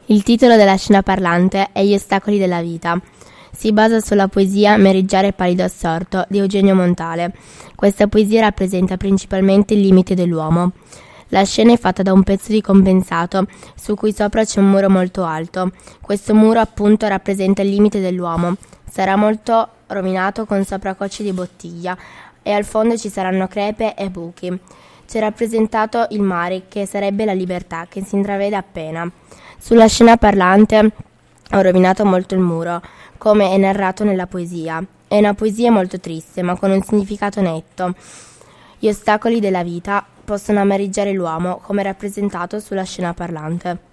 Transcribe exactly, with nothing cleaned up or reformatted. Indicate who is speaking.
Speaker 1: Il titolo della scena parlante è Gli ostacoli della vita. Si basa sulla poesia Meriggiare pallido assorto di Eugenio Montale. Questa poesia rappresenta principalmente il limite dell'uomo. La scena è fatta da un pezzo di compensato su cui sopra c'è un muro molto alto. Questo muro appunto rappresenta il limite dell'uomo. Sarà molto rovinato con sopra cocci di bottiglia e al fondo ci saranno crepe e buchi. C'è rappresentato il mare, che sarebbe la libertà, che si intravede appena. Sulla scena parlante ho rovinato molto il muro, come è narrato nella poesia. È una poesia molto triste, ma con un significato netto. Gli ostacoli della vita possono amareggiare l'uomo, come rappresentato sulla scena parlante.